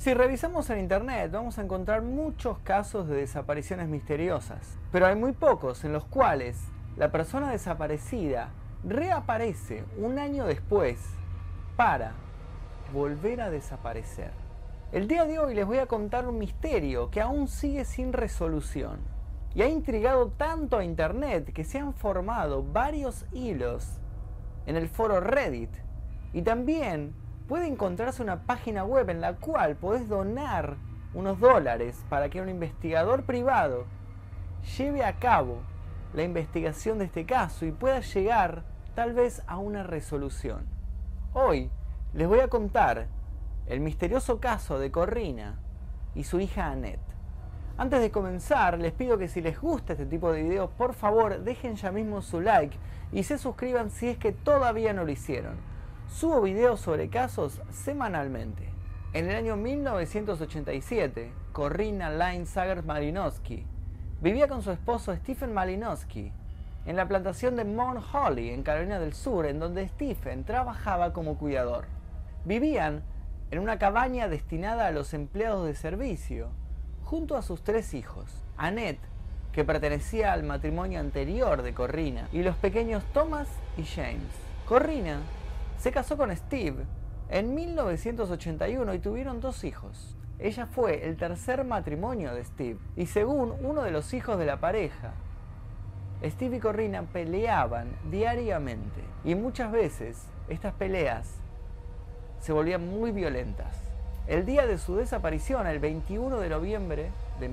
Si revisamos en internet vamos a encontrar muchos casos de desapariciones misteriosas, pero hay muy pocos en los cuales la persona desaparecida reaparece un año después para volver a desaparecer. El día de hoy les voy a contar un misterio que aún sigue sin resolución y ha intrigado tanto a internet que se han formado varios hilos en el foro Reddit, y también puede encontrarse una página web en la cual podés donar unos dólares para que un investigador privado lleve a cabo la investigación de este caso y pueda llegar tal vez a una resolución. Hoy les voy a contar el misterioso caso de Corrina y su hija Annette. Antes de comenzar, les pido que si les gusta este tipo de videos, por favor dejen ya mismo su like y se suscriban si es que todavía no lo hicieron. Subo videos sobre casos semanalmente. En el año 1987, Corrina Lynn Sagers Malinowski vivía con su esposo Stephen Malinowski en la plantación de Mount Holly, en Carolina del Sur, en donde Stephen trabajaba como cuidador. Vivían en una cabaña destinada a los empleados de servicio, junto a sus 3 hijos, Annette, que pertenecía al matrimonio anterior de Corrina, y los pequeños Thomas y James. Corrina se casó con Steve en 1981 y tuvieron 2 hijos. Ella fue el tercer matrimonio de Steve, y según uno de los hijos de la pareja, Steve y Corrina peleaban diariamente, y muchas veces estas peleas se volvían muy violentas. El día de su desaparición, el 21 de noviembre de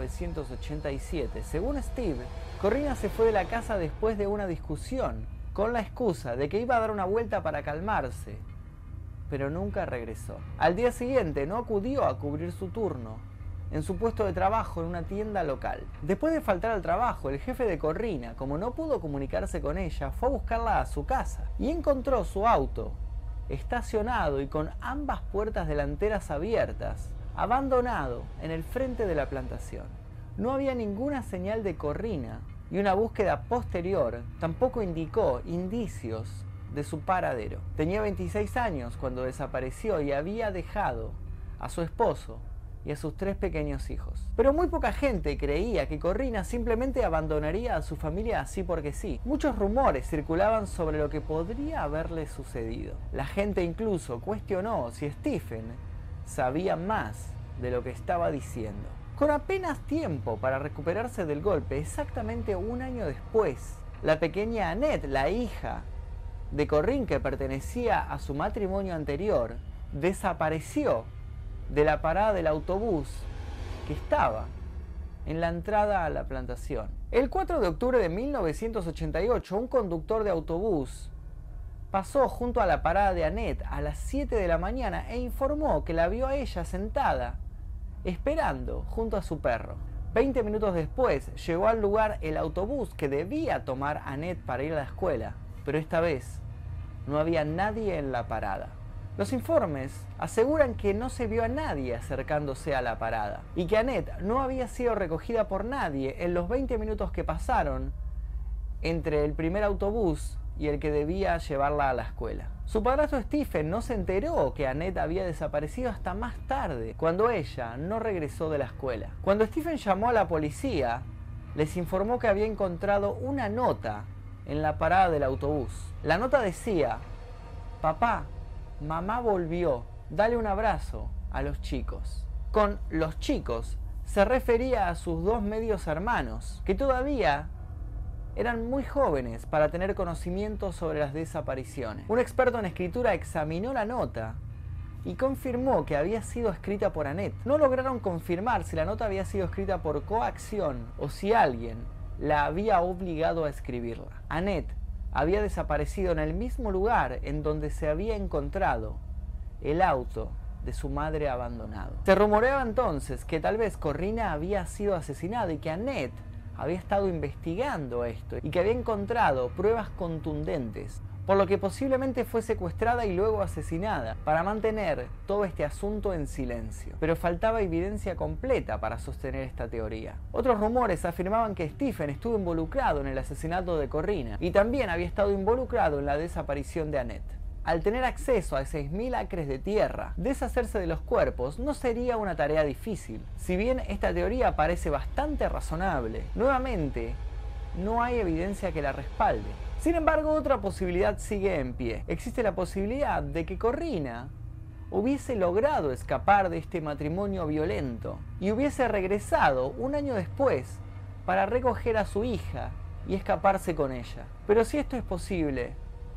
1987, según Steve, Corrina se fue de la casa después de una discusión, con la excusa de que iba a dar una vuelta para calmarse, pero nunca regresó. Al día siguiente no acudió a cubrir su turno en su puesto de trabajo en una tienda local. Después de faltar al trabajo, el jefe de Corrina, como no pudo comunicarse con ella, fue a buscarla a su casa y encontró su auto estacionado y con ambas puertas delanteras abiertas, abandonado en el frente de la plantación. No había ninguna señal de Corrina y una búsqueda posterior tampoco indicó indicios de su paradero. Tenía 26 años cuando desapareció y había dejado a su esposo y a sus 3 pequeños hijos. Pero muy poca gente creía que Corrina simplemente abandonaría a su familia así porque sí. Muchos rumores circulaban sobre lo que podría haberle sucedido. La gente incluso cuestionó si Stephen sabía más de lo que estaba diciendo. Con apenas tiempo para recuperarse del golpe, exactamente un año después, la pequeña Annette, la hija de Corrina que pertenecía a su matrimonio anterior, desapareció de la parada del autobús que estaba en la entrada a la plantación. El 4 de octubre de 1988, un conductor de autobús pasó junto a la parada de Annette a las 7 de la mañana e informó que la vio a ella sentada, esperando junto a su perro. 20 minutos después llegó al lugar el autobús que debía tomar Annette para ir a la escuela, pero esta vez no había nadie en la parada. Los informes aseguran que no se vio a nadie acercándose a la parada y que Annette no había sido recogida por nadie en los 20 minutos que pasaron entre el primer autobús y el que debía llevarla a la escuela. Su padrastro Stephen no se enteró que Annette había desaparecido hasta más tarde, cuando ella no regresó de la escuela. Cuando Stephen llamó a la policía, les informó que había encontrado una nota en la parada del autobús. La nota decía: "Papá, mamá volvió, dale un abrazo a los chicos". Con los chicos se refería a sus 2 medios hermanos, que todavía eran muy jóvenes para tener conocimiento sobre las desapariciones. Un experto en escritura examinó la nota y confirmó que había sido escrita por Annette. No lograron confirmar si la nota había sido escrita por coacción o si alguien la había obligado a escribirla. Annette había desaparecido en el mismo lugar en donde se había encontrado el auto de su madre abandonado. Se rumoreaba entonces que tal vez Corrina había sido asesinada y que Annette había estado investigando esto y que había encontrado pruebas contundentes, por lo que posiblemente fue secuestrada y luego asesinada para mantener todo este asunto en silencio. Pero faltaba evidencia completa para sostener esta teoría. Otros rumores afirmaban que Stephen estuvo involucrado en el asesinato de Corrina y también había estado involucrado en la desaparición de Annette. al tener acceso a 6.000 acres de tierra, deshacerse de los cuerpos no sería una tarea difícil. Si bien esta teoría parece bastante razonable, nuevamente, no hay evidencia que la respalde. Sin embargo, otra posibilidad sigue en pie. Existe la posibilidad de que Corrina hubiese logrado escapar de este matrimonio violento y hubiese regresado un año después para recoger a su hija y escaparse con ella. Pero si esto es posible,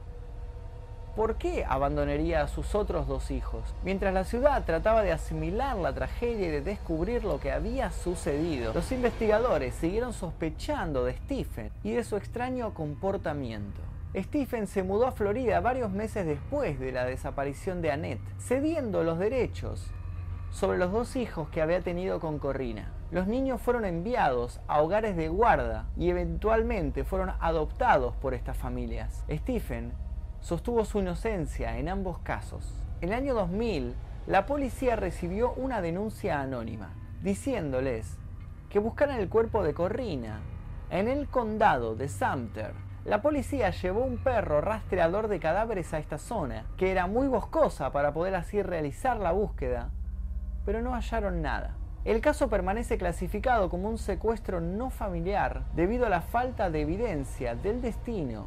¿por qué abandonaría a sus otros dos hijos? Mientras la ciudad trataba de asimilar la tragedia y de descubrir lo que había sucedido, los investigadores siguieron sospechando de Stephen y de su extraño comportamiento. Stephen se mudó a Florida varios meses después de la desaparición de Annette, cediendo los derechos sobre los dos hijos que había tenido con Corrina. Los niños fueron enviados a hogares de guarda y eventualmente fueron adoptados por estas familias. Stephen sostuvo su inocencia en ambos casos. En el año 2000, la policía recibió una denuncia anónima, diciéndoles que buscaran el cuerpo de Corrina en el condado de Sumter. La policía llevó un perro rastreador de cadáveres a esta zona, que era muy boscosa para poder así realizar la búsqueda, pero no hallaron nada. El caso permanece clasificado como un secuestro no familiar debido a la falta de evidencia del destino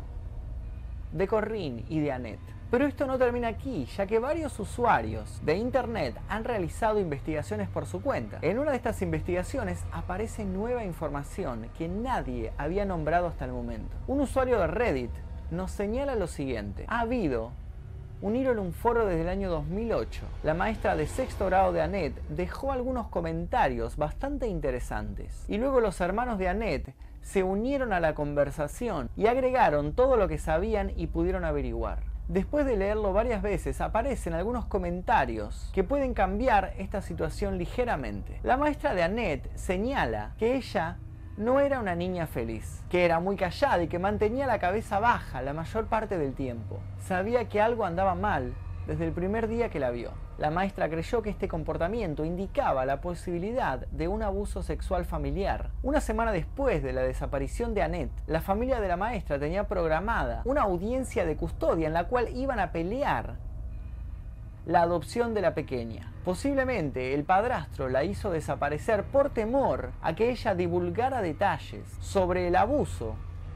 de Corrine y de Annette. Pero esto no termina aquí, ya que varios usuarios de internet han realizado investigaciones por su cuenta. En una de estas investigaciones aparece nueva información que nadie había nombrado hasta el momento. Un usuario de Reddit nos señala lo siguiente: ha habido un hilo en un foro desde el año 2008. La maestra de sexto grado de Annette dejó algunos comentarios bastante interesantes. Y luego los hermanos de Annette se unieron a la conversación y agregaron todo lo que sabían y pudieron averiguar. Después de leerlo varias veces, aparecen algunos comentarios que pueden cambiar esta situación ligeramente. La maestra de Annette señala que ella no era una niña feliz, que era muy callada y que mantenía la cabeza baja la mayor parte del tiempo. Sabía que algo andaba mal desde el primer día que la vio. La maestra creyó que este comportamiento indicaba la posibilidad de un abuso sexual familiar. Una semana después de la desaparición de Annette, la familia de la maestra tenía programada una audiencia de custodia en la cual iban a pelear la adopción de la pequeña. Posiblemente el padrastro la hizo desaparecer por temor a que ella divulgara detalles sobre el abuso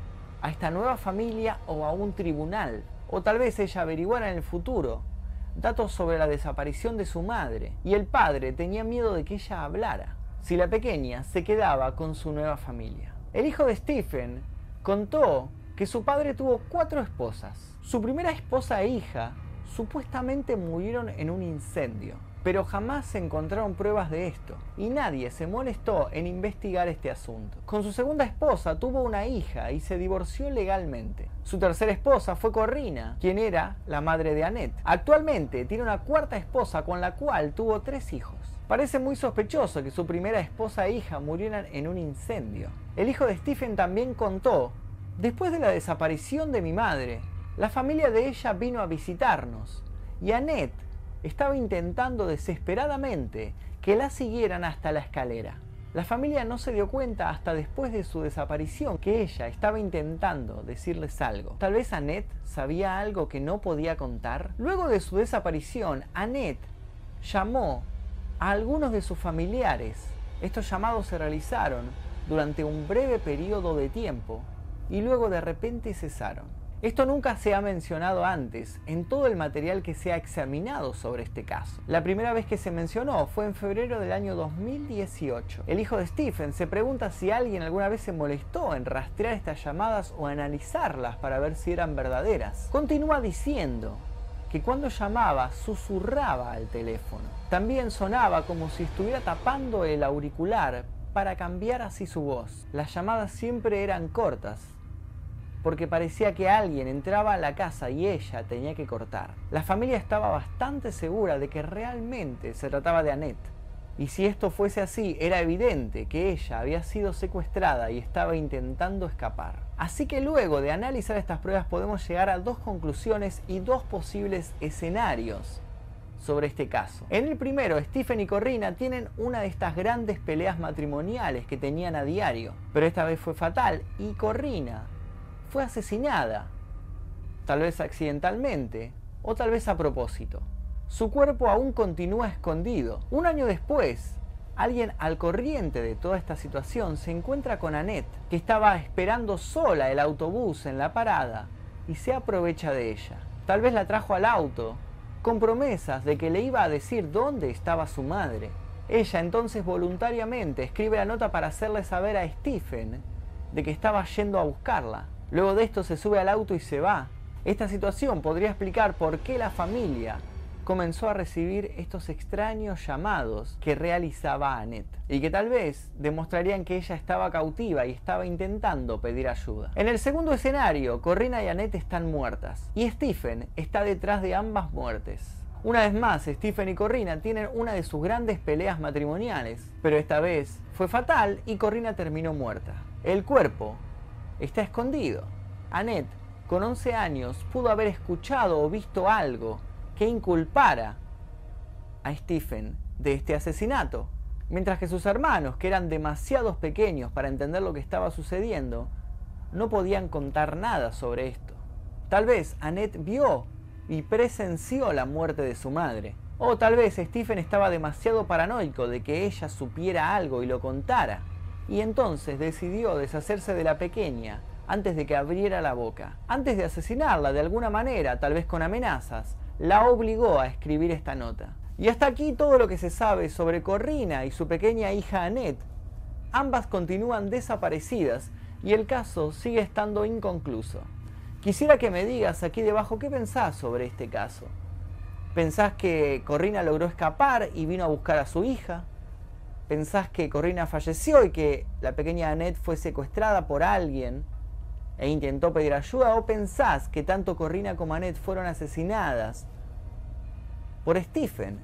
a esta nueva familia o a un tribunal. O tal vez ella averiguara en el futuro datos sobre la desaparición de su madre y el padre tenía miedo de que ella hablara si la pequeña se quedaba con su nueva familia. El hijo de Stephen contó que su padre tuvo 4 esposas. Su primera esposa e hija supuestamente murieron en un incendio, pero jamás se encontraron pruebas de esto y nadie se molestó en investigar este asunto. Con su segunda esposa tuvo una hija y se divorció legalmente. Su tercera esposa fue Corrina, quien era la madre de Annette. Actualmente tiene una cuarta esposa con la cual tuvo 3 hijos. Parece muy sospechoso que su primera esposa e hija murieran en un incendio. El hijo de Stephen también contó: después de la desaparición de mi madre, la familia de ella vino a visitarnos y Annette estaba intentando desesperadamente que la siguieran hasta la escalera. La familia no se dio cuenta hasta después de su desaparición que ella estaba intentando decirles algo. Tal vez Annette sabía algo que no podía contar. Luego de su desaparición, Annette llamó a algunos de sus familiares. Estos llamados se realizaron durante un breve periodo de tiempo y luego de repente cesaron. Esto nunca se ha mencionado antes en todo el material que se ha examinado sobre este caso. La primera vez que se mencionó fue en febrero del año 2018. El hijo de Stephen se pregunta si alguien alguna vez se molestó en rastrear estas llamadas o analizarlas para ver si eran verdaderas. Continúa diciendo que cuando llamaba susurraba al teléfono. También sonaba como si estuviera tapando el auricular para cambiar así su voz. Las llamadas siempre eran cortas, porque parecía que alguien entraba a la casa y ella tenía que cortar. La familia estaba bastante segura de que realmente se trataba de Annette. Y si esto fuese así, era evidente que ella había sido secuestrada y estaba intentando escapar. Así que luego de analizar estas pruebas podemos llegar a 2 conclusiones y 2 posibles escenarios sobre este caso. En el primero, Stephen y Corrina tienen una de estas grandes peleas matrimoniales que tenían a diario, pero esta vez fue fatal y Corrina fue asesinada, tal vez accidentalmente, o tal vez a propósito. Su cuerpo aún continúa escondido. Un año después, alguien al corriente de toda esta situación se encuentra con Annette, que estaba esperando sola el autobús en la parada, y se aprovecha de ella. Tal vez la trajo al auto, con promesas de que le iba a decir dónde estaba su madre. Ella entonces voluntariamente escribe la nota para hacerle saber a Stephen de que estaba yendo a buscarla. Luego de esto se sube al auto y se va. Esta situación podría explicar por qué la familia comenzó a recibir estos extraños llamados que realizaba Annette, y que tal vez demostrarían que ella estaba cautiva y estaba intentando pedir ayuda. En el segundo escenario, Corrina y Annette están muertas, y Stephen está detrás de ambas muertes. Una vez más, Stephen y Corrina tienen una de sus grandes peleas matrimoniales, pero esta vez fue fatal y Corrina terminó muerta. El cuerpo está escondido. Annette, con 11 años, pudo haber escuchado o visto algo que inculpara a Stephen de este asesinato, mientras que sus hermanos, que eran demasiado pequeños para entender lo que estaba sucediendo, no podían contar nada sobre esto. Tal vez Annette vio y presenció la muerte de su madre, o tal vez Stephen estaba demasiado paranoico de que ella supiera algo y lo contara, y entonces decidió deshacerse de la pequeña antes de que abriera la boca. Antes de asesinarla de alguna manera, tal vez con amenazas, la obligó a escribir esta nota. Y hasta aquí todo lo que se sabe sobre Corrina y su pequeña hija Annette. Ambas continúan desaparecidas y el caso sigue estando inconcluso. Quisiera que me digas aquí debajo qué pensás sobre este caso. ¿Pensás que Corrina logró escapar y vino a buscar a su hija? ¿Pensás que Corrina falleció y que la pequeña Annette fue secuestrada por alguien e intentó pedir ayuda? ¿O pensás que tanto Corrina como Annette fueron asesinadas por Stephen,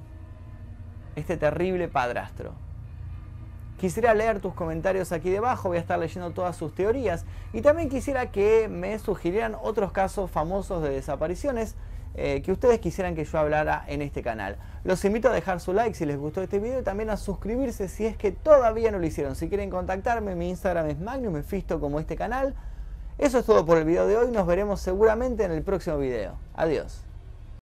este terrible padrastro? Quisiera leer tus comentarios aquí debajo, voy a estar leyendo todas sus teorías, y también quisiera que me sugirieran otros casos famosos de desapariciones que ustedes quisieran que yo hablara en este canal. Los invito a dejar su like si les gustó este video y también a suscribirse si es que todavía no lo hicieron. Si quieren contactarme, mi Instagram es Magnum Mephisto, como este canal. Eso es todo por el video de hoy, nos veremos seguramente en el próximo video. Adiós.